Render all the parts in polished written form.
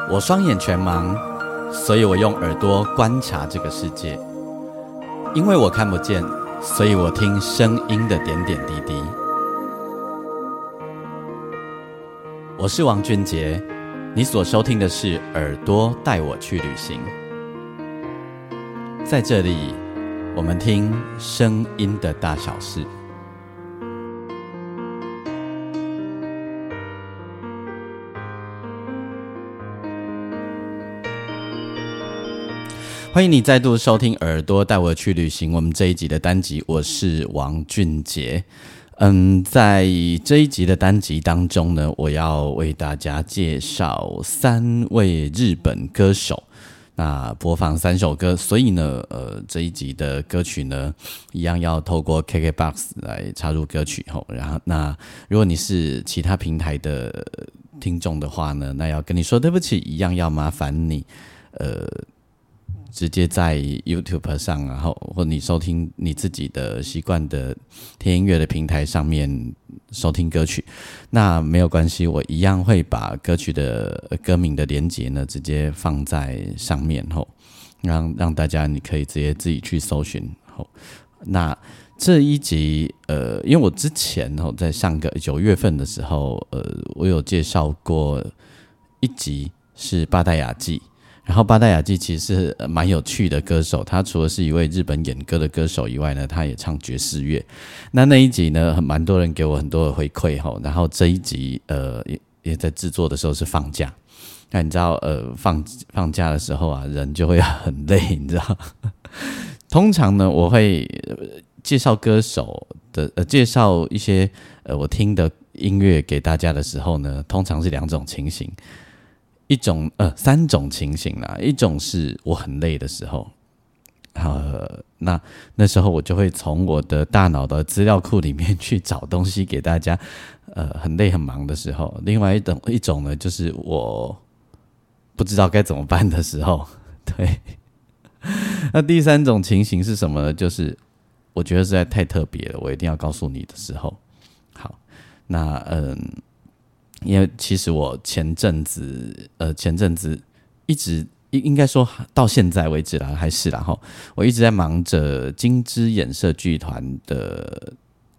我双眼全盲，所以我用耳朵观察这个世界。因为我看不见，所以我听声音的点点滴滴。我是王俊杰，你所收听的是耳朵带我去旅行。在这里，我们听声音的大小事。欢迎你再度收听耳朵带我去旅行，我们这一集的单集，我是王俊杰。在这一集的单集当中呢，我要为大家介绍3位日本歌手，那播放3首歌，所以呢，这一集的歌曲呢，一样要透过 KKBOX 来插入歌曲后，然后那如果你是其他平台的听众的话呢，那要跟你说对不起，一样要麻烦你，直接在 YouTube 上，然后或你收听你自己的习惯的听音乐的平台上面收听歌曲，那没有关系，我一样会把歌曲的歌名的连结呢直接放在上面后，让大家你可以直接自己去搜寻后。那这一集因为我之前在上个9月份的时候我有介绍过一集是八代雅纪。然后八代雅纪其实是蛮有趣的歌手，他除了是一位日本演歌的歌手以外呢，他也唱爵士乐。那一集呢，蛮多人给我很多的回馈吼。然后这一集也在制作的时候是放假。那你知道放假的时候啊，人就会很累，你知道。通常呢，我会介绍歌手的介绍一些我听的音乐给大家的时候呢，通常是2种情形。3种情形啦，一种是我很累的时候，那时候我就会从我的大脑的资料库里面去找东西给大家，很累很忙的时候。另外一种呢，就是我不知道该怎么办的时候，对。那第3种情形是什么呢？就是我觉得实在太特别了，我一定要告诉你的时候。好，那因为其实我前阵子一直应该说到现在为止啦，还是啦齁，我一直在忙着金枝演社剧团的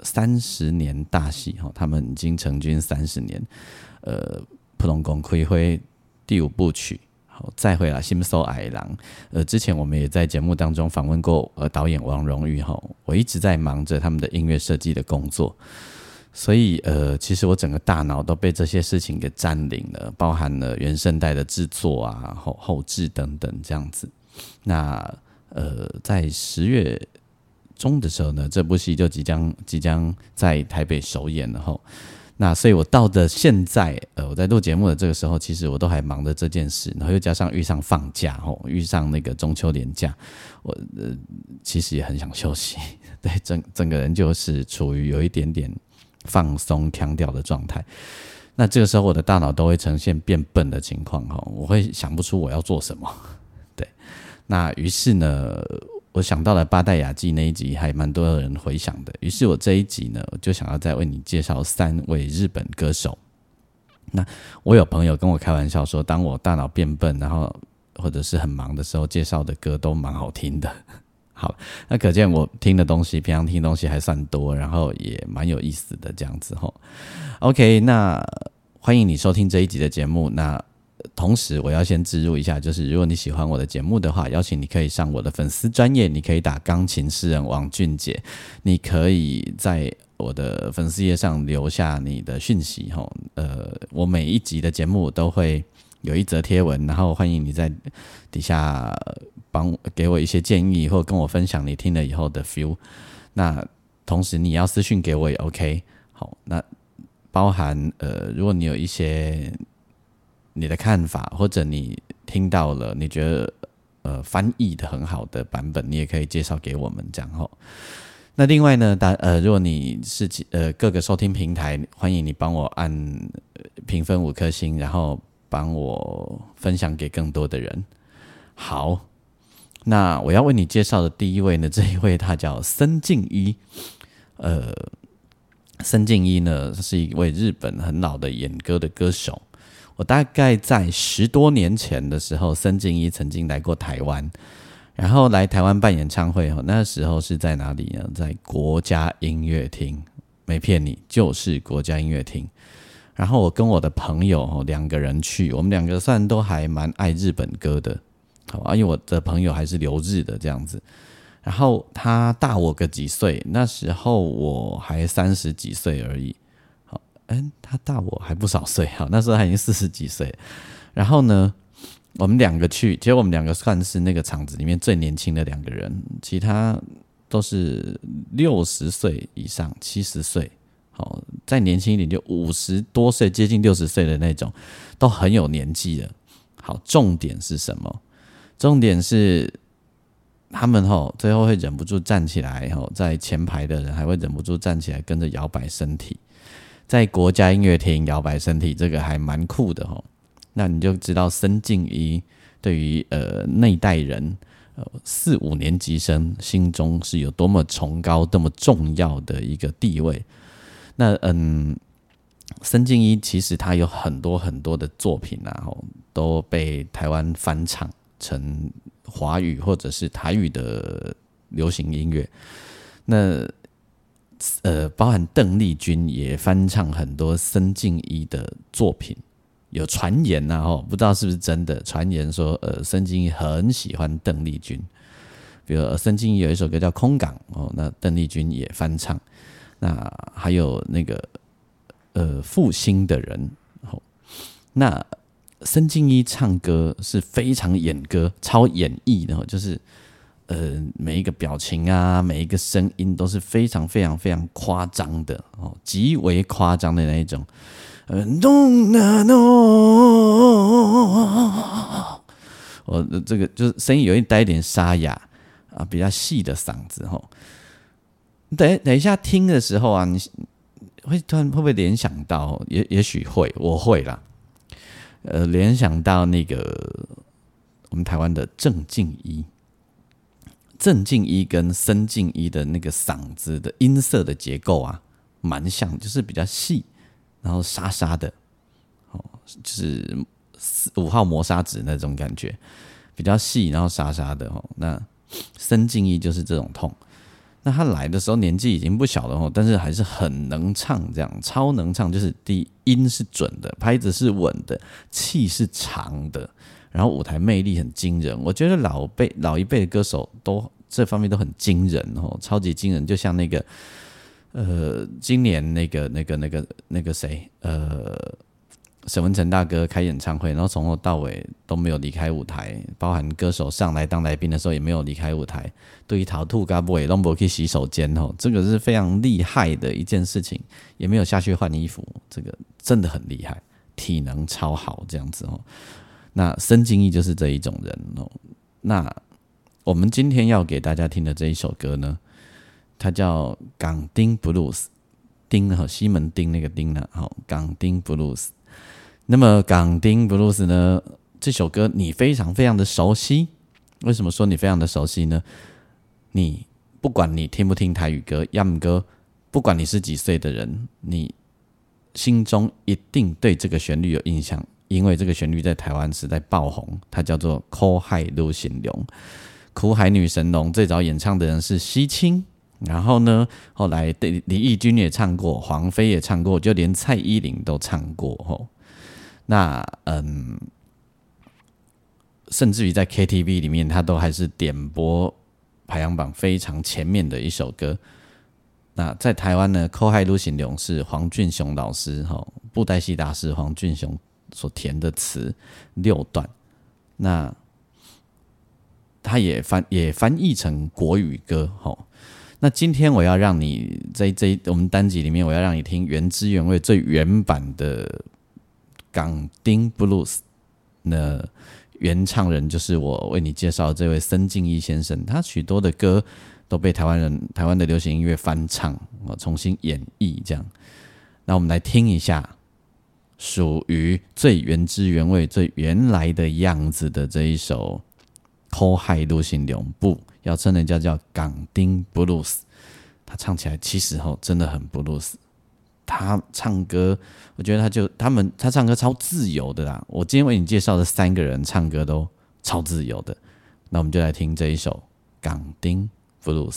30年大戏齁，他们已经成军30年，普通公开会第5部曲。再回来心搜矮郎，之前我们也在节目当中访问过导演王荣裕齁，我一直在忙着他们的音乐设计的工作。所以其实我整个大脑都被这些事情给占领了，包含了原声带的制作啊、后制等等这样子。那在10月中的时候呢，这部戏就即将在台北首演了后。那所以我到的现在我在录节目的这个时候，其实我都还忙着这件事，然后又加上遇上放假遇上那个中秋连假，我其实也很想休息，对，整个人就是处于有一点点放松腔调的状态。那这个时候我的大脑都会呈现变笨的情况，我会想不出我要做什么。对，那于是呢，我想到了八代雅纪那一集还蛮多人回想的，于是我这一集呢，我就想要再为你介绍3位日本歌手。那我有朋友跟我开玩笑说，当我大脑变笨然后或者是很忙的时候，介绍的歌都蛮好听的。好，那可见我听的东西，平常听的东西还算多，然后也蛮有意思的这样子齁。OK， 那欢迎你收听这一集的节目。那同时我要先植入一下，就是如果你喜欢我的节目的话，邀请你可以上我的粉丝专页，你可以打钢琴诗人王俊杰，你可以在我的粉丝页上留下你的讯息齁。我每一集的节目都会有一则贴文，然后欢迎你在底下给我一些建议，或跟我分享你听了以后的 feel。那同时你要私讯给我也 OK。好，那包含如果你有一些你的看法，或者你听到了你觉得翻译的很好的版本，你也可以介绍给我们这样齁。那另外呢，如果你是各个收听平台，欢迎你帮我按评分5颗星，然后帮我分享给更多的人。好，那我要为你介绍的第一位呢，这一位他叫森敬一。森敬一呢是一位日本很老的演歌的歌手。 我大概在10多年前的时候，森进一曾经来过台湾，然后来台湾办演唱会，那时候是在哪里呢？在国家音乐厅，没骗你，就是国家音乐厅。然后我跟我的朋友2个人去，我们2个算都还蛮爱日本歌的，因为我的朋友还是留日的这样子。然后他大我个几岁，那时候我还30几岁而已。他大我还不少岁，那时候他已经40几岁。然后呢，我们2个去，其实我们2个算是那个场子里面最年轻的2个人，其他都是60岁以上、70岁。再年轻一点就50多岁，接近60岁的那种，都很有年纪了。好，重点是什么？重点是他们最后会忍不住站起来，在前排的人还会忍不住站起来跟着摇摆身体，在国家音乐厅摇摆身体，这个还蛮酷的。那你就知道森进一对于那一代人4、5年级生心中是有多么崇高、多么重要的一个地位。那森进一其实他有很多很多的作品都被台湾翻唱成华语或者是台语的流行音乐。那包含邓丽君也翻唱很多森进一的作品。有传言不知道是不是真的，传言说森进一很喜欢邓丽君，比如森进一有一首歌叫《空港》那邓丽君也翻唱。那还有那个负心的人，那森进一唱歌是非常演歌、超演绎的，就是每一个表情啊，每一个声音都是非常非常非常夸张的极为夸张的那一种。我这个就是声音有一带一点沙哑比较细的嗓子等一下听的时候你会突然会不会联想到？也许会，我会啦。联想到那个我们台湾的郑敬一，郑敬一跟森进一的那个嗓子的音色的结构蛮像，就是比较细，然后沙沙的，就是5号磨砂纸那种感觉，比较细，然后沙沙的那森进一就是这种痛。那他来的时候年纪已经不小了但是还是很能唱，这样超能唱，就是第一音是准的，拍子是稳的，气是长的，然后舞台魅力很惊人。我觉得老一辈的歌手都这方面都很惊人超级惊人。就像那个今年那个谁沈文程大哥开演唱会，然后从头到尾都没有离开舞台，包含歌手上来当来宾的时候也没有离开舞台，对于逃吐嘎不也都没去洗手间这个是非常厉害的一件事情，也没有下去换衣服，这个真的很厉害，体能超好这样子那森进一就是这一种人那我们今天要给大家听的这一首歌呢，它叫港町 Blues， 丁西门町那个丁呢港町 Blues。那么港町 Blues 呢，这首歌你非常非常的熟悉。为什么说你非常的熟悉呢？你不管你听不听台语歌、洋歌，不管你是几岁的人，你心中一定对这个旋律有印象，因为这个旋律在台湾时代爆红，它叫做苦海女神龙。苦海女神龙最早演唱的人是西青，然后呢，后来李翊君也唱过，黄飞也唱过，就连蔡依林都唱过那甚至于在 KTV 里面，他都还是点播排行榜非常前面的一首歌。那在台湾呢，《苦海女神龙》是黄俊雄老师布袋戏大师黄俊雄所填的词6段，那他也翻译成国语歌那今天我要让你在我们单集里面，我要让你听原汁原味最原版的港町 Blues。那原唱人就是我为你介绍的这位森进一先生，他许多的歌都被台湾的流行音乐翻唱，重新演绎这样。那我们来听一下属于最原汁原味、最原来的样子的这一首苦海女神龙，不要称人家叫港町 Blues， 他唱起来其实真的很 Blues。 他唱歌，我觉得他唱歌超自由的啦。我今天为你介绍的3个人唱歌都超自由的，那我们就来听这一首《港町 Blues》。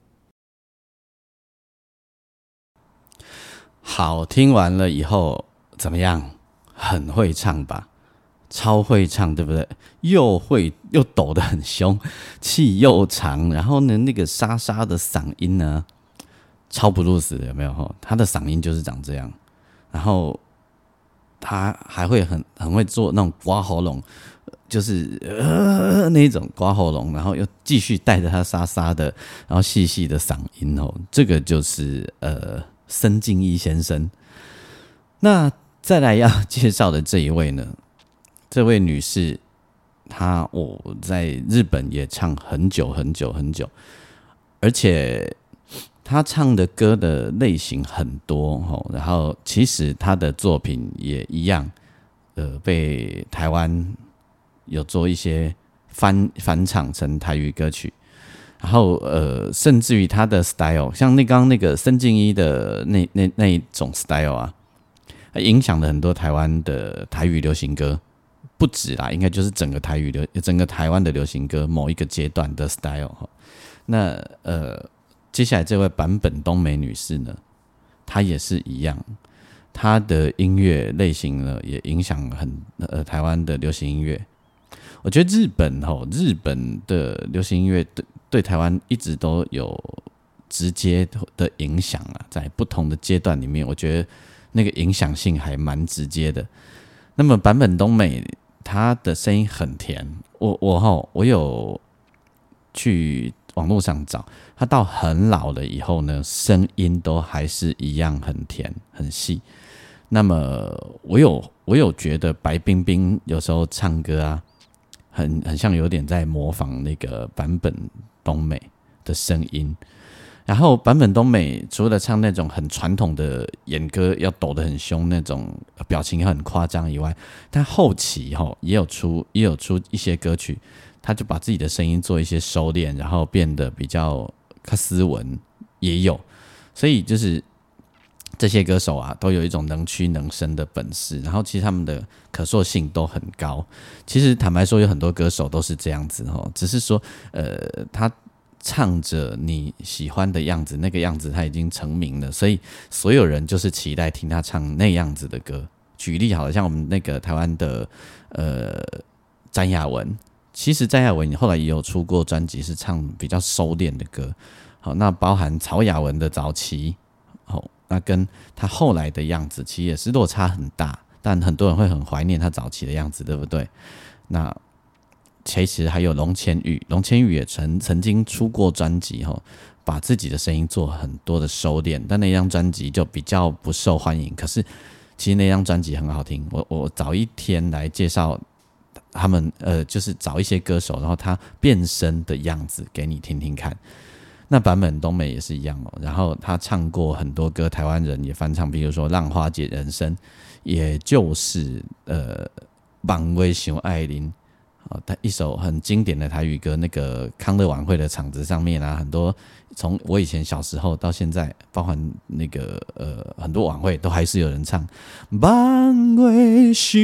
好，听完了以后怎么样？很会唱吧？超会唱，对不对？又会又抖得很凶，气又长，然后呢，那个沙沙的嗓音呢，超不入死的，有没有？他的嗓音就是长这样，然后他还会很会做那种刮喉咙，就是那种刮喉咙，然后又继续带着他沙沙的，然后细细的嗓音哦，这个就是申敬一先生。那再来要介绍的这一位呢？这位女士，我在日本也唱很久很久很久，而且她唱的歌的类型很多，然后其实她的作品也一样，被台湾有做一些翻唱成台语歌曲，然后甚至于她的 style， 像刚刚那个申敬一的那一种 style 啊，影响了很多台湾的台语流行歌。不止啦，应该就是整个台湾的流行歌某一个阶段的 style。那接下来这位坂本冬美女士呢，她也是一样，她的音乐类型呢也影响台湾的流行音乐。我觉得日本的流行音乐对台湾一直都有直接的影响啊，在不同的阶段里面，我觉得那个影响性还蛮直接的。那么坂本冬美她的声音很甜，我有去网络上找，她到很老了以后呢，声音都还是一样很甜很细。那么我有觉得白冰冰有时候唱歌啊，很像有点在模仿那个坂本冬美的声音。然后坂本冬美除了唱那种很传统的演歌要抖得很凶那种表情很夸张以外，他后期也有出一些歌曲，他就把自己的声音做一些收敛，然后变得比较斯文也有。所以就是这些歌手啊，都有一种能屈能伸的本事，然后其实他们的可塑性都很高。其实坦白说，有很多歌手都是这样子，只是说他唱着你喜欢的样子，那个样子他已经成名了，所以所有人就是期待听他唱那样子的歌。举例好了，像我们那个台湾的詹雅雯，其实詹雅雯后来也有出过专辑，是唱比较收敛的歌。好，那包含曹雅雯的早期，那跟他后来的样子其实也是落差很大，但很多人会很怀念他早期的样子，对不对？那其实还有龙千玉也曾经出过专辑，把自己的声音做很多的收敛，但那张专辑就比较不受欢迎。可是其实那张专辑很好听，我找一天来介绍他们，就是找一些歌手，然后他变身的样子给你听听看。那坂本冬美也是一样然后他唱过很多歌，台湾人也翻唱，比如说《浪花姐人生》，也就是望为想爱您。一首很经典的台语歌，那个康乐晚会的场子上面啊，很多从我以前小时候到现在，包含那个很多晚会都还是有人唱望为想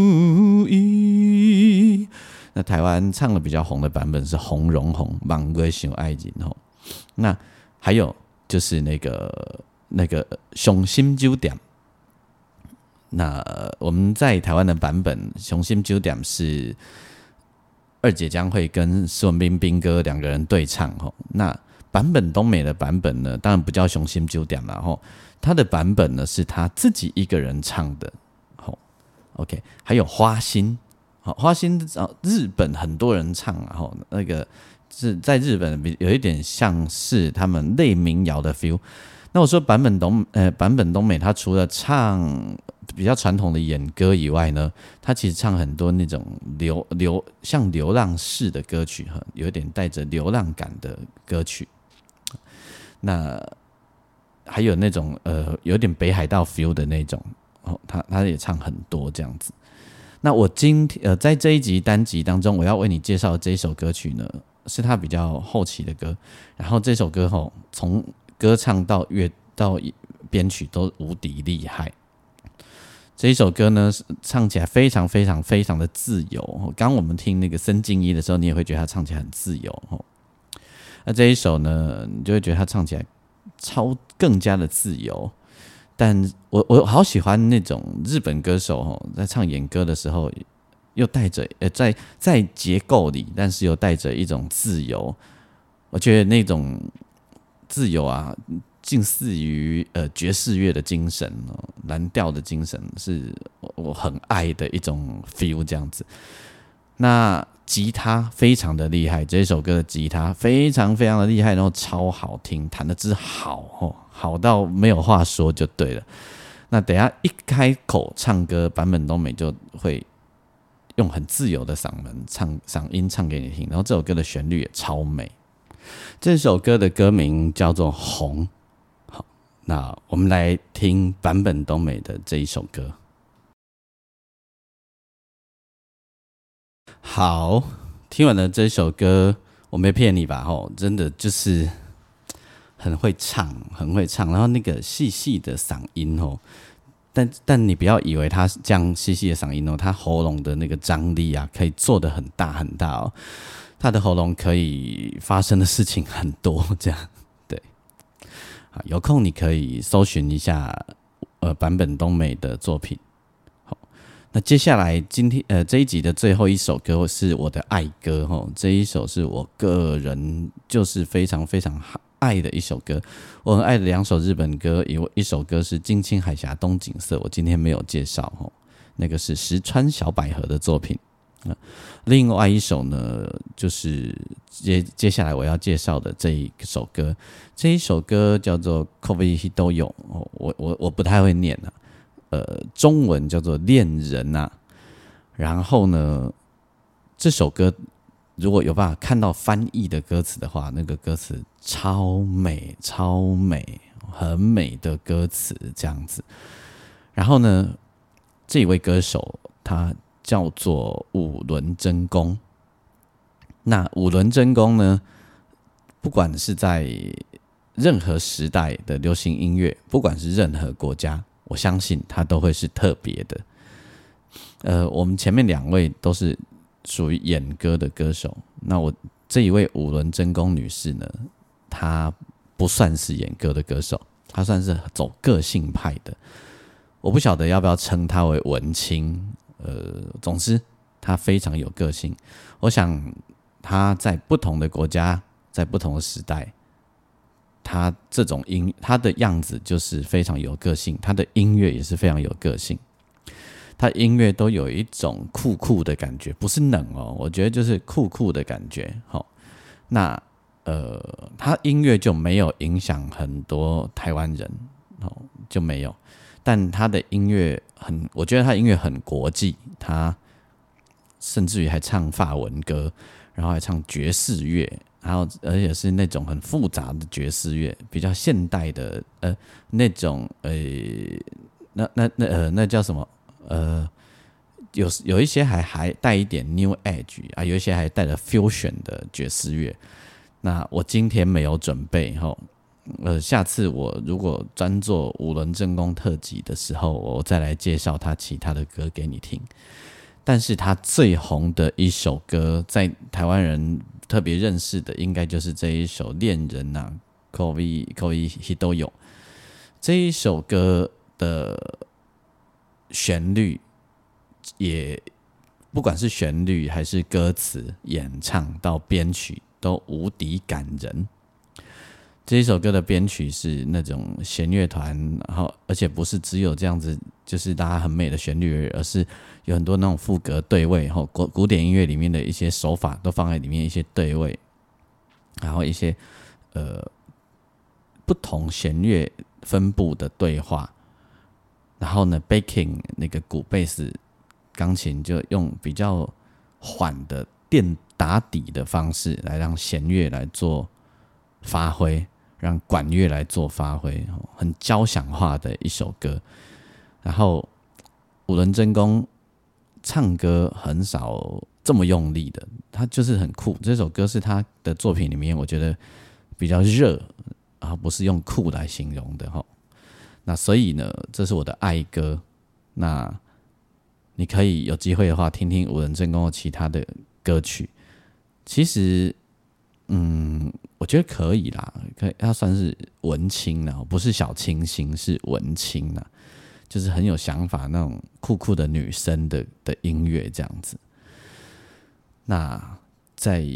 伊。那台湾唱的比较红的版本是洪荣宏望为想爱人那还有就是那个雄心酒店。那我们在台湾的版本雄心酒店是二姐将会跟施文彬彬哥两个人对唱。那坂本冬美的版本呢，当然不叫雄心酒店啦，他的版本呢是他自己一个人唱的。OK， 还有花心，花心日本很多人唱，那个是在日本有一点像是他们类民谣的 feel。那我说坂本冬美，他除了唱比较传统的演歌以外呢，他其实唱很多那种像流浪式的歌曲，有点带着流浪感的歌曲。那还有那种有点北海道 feel 的那种，他也唱很多这样子。那我今天在这一集单集当中，我要为你介绍的这一首歌曲呢，是他比较后期的歌。然后这首歌从歌唱到编曲都无敌厉害。这一首歌呢，唱起来非常非常非常的自由。刚我们听那个森敬一的时候，你也会觉得他唱起来很自由。那这一首呢，你就会觉得他唱起来更加的自由。但我好喜欢那种日本歌手在唱演歌的时候，又带着在结构里，但是又带着一种自由。我觉得那种自由啊，近似于爵士乐的精神蓝调的精神，是我很爱的一种 feel 这样子。那吉他非常的厉害，这首歌的吉他非常非常的厉害，然后超好听，弹得之好好到没有话说就对了。那等一下一开口唱歌，坂本冬美就会用很自由的嗓音唱给你听，然后这首歌的旋律也超美。这首歌的歌名叫做《红》。好，那我们来听坂本冬美的这一首歌。好，听完了这首歌，我没骗你吧？真的就是很会唱，很会唱，然后那个细细的嗓音但你不要以为他这样细细的嗓音他喉咙的那个张力啊，可以做得很大很大他的喉咙可以发生的事情很多，这样对。有空你可以搜寻一下坂本冬美的作品。那接下来今天这一集的最后一首歌是我的爱歌这一首是我个人就是非常非常爱的一首歌。我很爱的2首日本歌，一首歌是金青海峡东景色，我今天没有介绍那个是石川小百合的作品。另外一首呢，就是接下来我要介绍的这一首歌，这一首歌叫做 Kobe Hidoyo， 我不太会念中文叫做恋人啊。然后呢，这首歌如果有办法看到翻译的歌词的话，那个歌词超美超美，很美的歌词这样子。然后呢，这一位歌手他叫做五轮真弓。那五轮真弓呢，不管是在任何时代的流行音乐，不管是任何国家，我相信它都会是特别的。我们前面2位都是属于演歌的歌手，那我这一位五轮真弓女士呢，她不算是演歌的歌手，她算是走个性派的。我不晓得要不要称她为文青，总之她非常有个性。我想她在不同的国家，在不同的时代，她的样子就是非常有个性，她的音乐也是非常有个性。他音乐都有一种酷酷的感觉，不是冷我觉得就是酷酷的感觉。那他音乐就没有影响很多台湾人就没有，但他的音乐我觉得他音乐很国际，他甚至于还唱法文歌，然后还唱爵士乐，然后而且是那种很复杂的爵士乐，比较现代的那种那叫什么？有一些还带一点 New Age 啊，有一些还带了 Fusion 的爵士乐。那我今天没有准备下次我如果专做五轮真弓特辑的时候，我再来介绍他其他的歌给你听。但是他最红的一首歌，在台湾人特别认识的，应该就是这一首《恋人》啊 ，Kobe Hidoyo。这一首歌的旋律也不管是旋律还是歌词演唱到编曲都无敌感人。这一首歌的编曲是那种弦乐团，然后而且不是只有这样子，就是大家很美的旋律，而是有很多那种副歌对位，古典音乐里面的一些手法都放在里面，一些对位，然后一些不同弦乐分布的对话。然后呢 ，backing 那个鼓贝斯钢琴就用比较缓的电打底的方式来让弦乐来做发挥，让管乐来做发挥，很交响化的一首歌。然后五轮真弓唱歌很少这么用力的，他就是很酷。这首歌是他的作品里面我觉得比较热，然后不是用酷来形容的。 那所以呢，这是我的爱歌。那你可以有机会的话，听听五人真功的其他的歌曲。其实，我觉得可以啦，它算是文青啦，不是小清新，是文青啦，就是很有想法那种酷酷的女生的音乐这样子。那在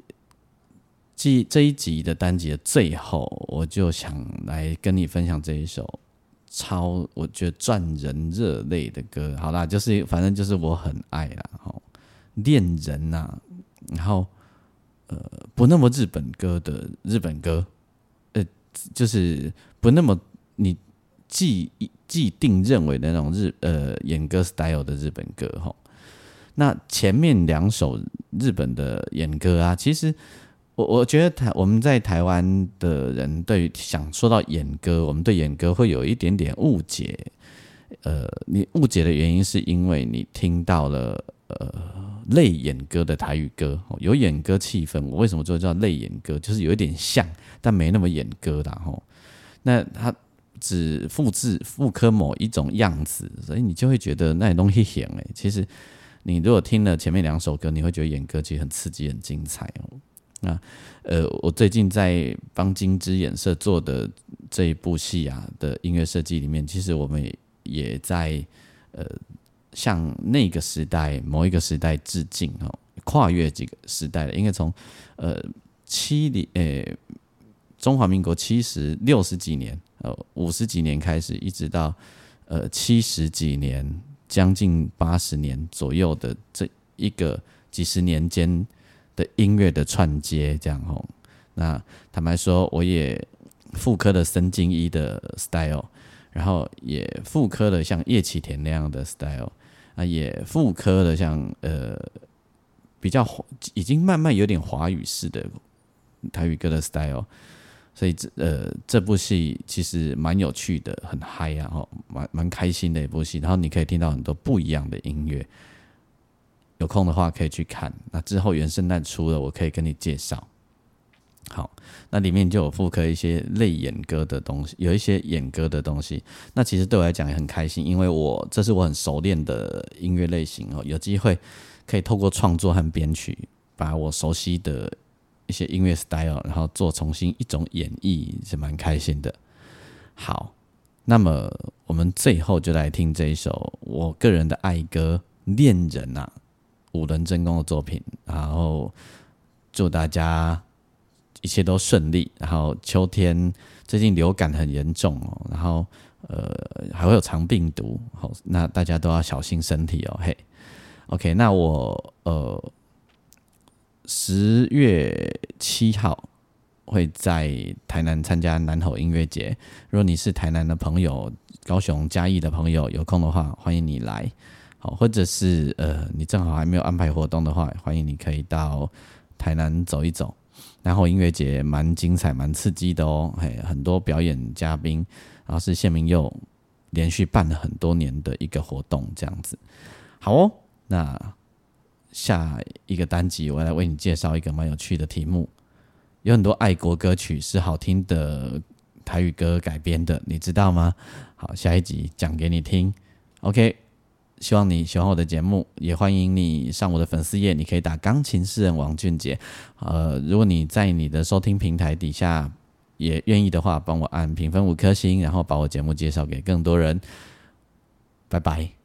这一集的单集的最后，我就想来跟你分享这一首我觉得赚人热泪的歌。好啦，反正就是我很爱啦，恋人啊，然后不那么日本歌的日本歌，就是不那么你既定认为的那种演歌 style 的日本歌齁。那前面2首日本的演歌啊，其实我觉得我们在台湾的人对于想说到演歌，我们对演歌会有一点点误解。你误解的原因是因为你听到了类演歌的台语歌，有演歌气氛。我为什么就叫类演歌？就是有一点像，但没那么演歌啦。那它只复刻某一种样子，所以你就会觉得那东西像欸。其实你如果听了前面2首歌，你会觉得演歌其实很刺激、很精彩哦。那我最近在帮金枝演社做的这一部戏啊的音乐设计里面，其实我们也在向那个时代某一个时代致敬哦，跨越几个时代的，应该从中华民国60几年50几年开始，一直到70几年，将近80年左右的这一个几十年间的音乐的串接，这样吼。那坦白说，我也复刻了森进一的 style， 然后也复刻了像叶启田那样的 style， 也复刻了像比较已经慢慢有点华语式的台语歌的 style。所以这部戏其实蛮有趣的，很嗨啊，蛮开心的一部戏。然后你可以听到很多不一样的音乐，有空的话可以去看。那之后原声带出了，我可以跟你介绍。好，那里面就有复刻一些类演歌的东西，有一些演歌的东西。那其实对我来讲也很开心，因为这是我很熟练的音乐类型哦，有机会可以透过创作和编曲，把我熟悉的一些音乐 style， 然后做重新一种演绎，是蛮开心的。好，那么我们最后就来听这一首我个人的爱歌《恋人》啊，五人真功的作品。然后祝大家一切都顺利。然后秋天最近流感很严重哦，然后还会有肠病毒，那大家都要小心身体哦。嘿 ，OK， 那我10月7号会在台南参加南吼音乐节。如果你是台南的朋友、高雄嘉义的朋友，有空的话欢迎你来。好，或者是你正好还没有安排活动的话，欢迎你可以到台南走一走。南吼音乐节蛮精彩、蛮刺激的哦，很多表演嘉宾，然后是谢明佑连续办了很多年的一个活动，这样子。好哦，那下一个单集我来为你介绍一个蛮有趣的题目，有很多爱国歌曲是好听的台语歌改编的，你知道吗？好，下一集讲给你听。 OK， 希望你喜欢我的节目，也欢迎你上我的粉丝页，你可以打钢琴诗人王俊杰。如果你在你的收听平台底下也愿意的话，帮我按评分5颗星，然后把我节目介绍给更多人。拜拜。